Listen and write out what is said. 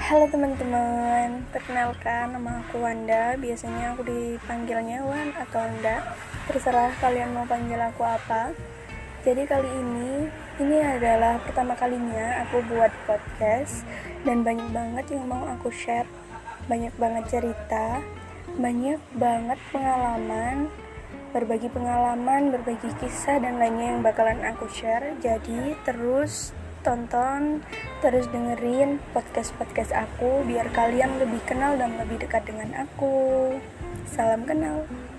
Halo teman-teman, perkenalkan nama aku Wanda. Biasanya aku dipanggilnya Wan atau Wanda. Terserah kalian mau panggil aku apa. Jadi kali ini adalah pertama kalinya aku buat podcast. Dan banyak banget yang mau aku share. Banyak banget cerita, banyak banget pengalaman, berbagi kisah dan lainnya yang bakalan aku share. Jadi terus tonton, terus dengerin podcast aku biar kalian lebih kenal dan lebih dekat dengan aku. Salam kenal.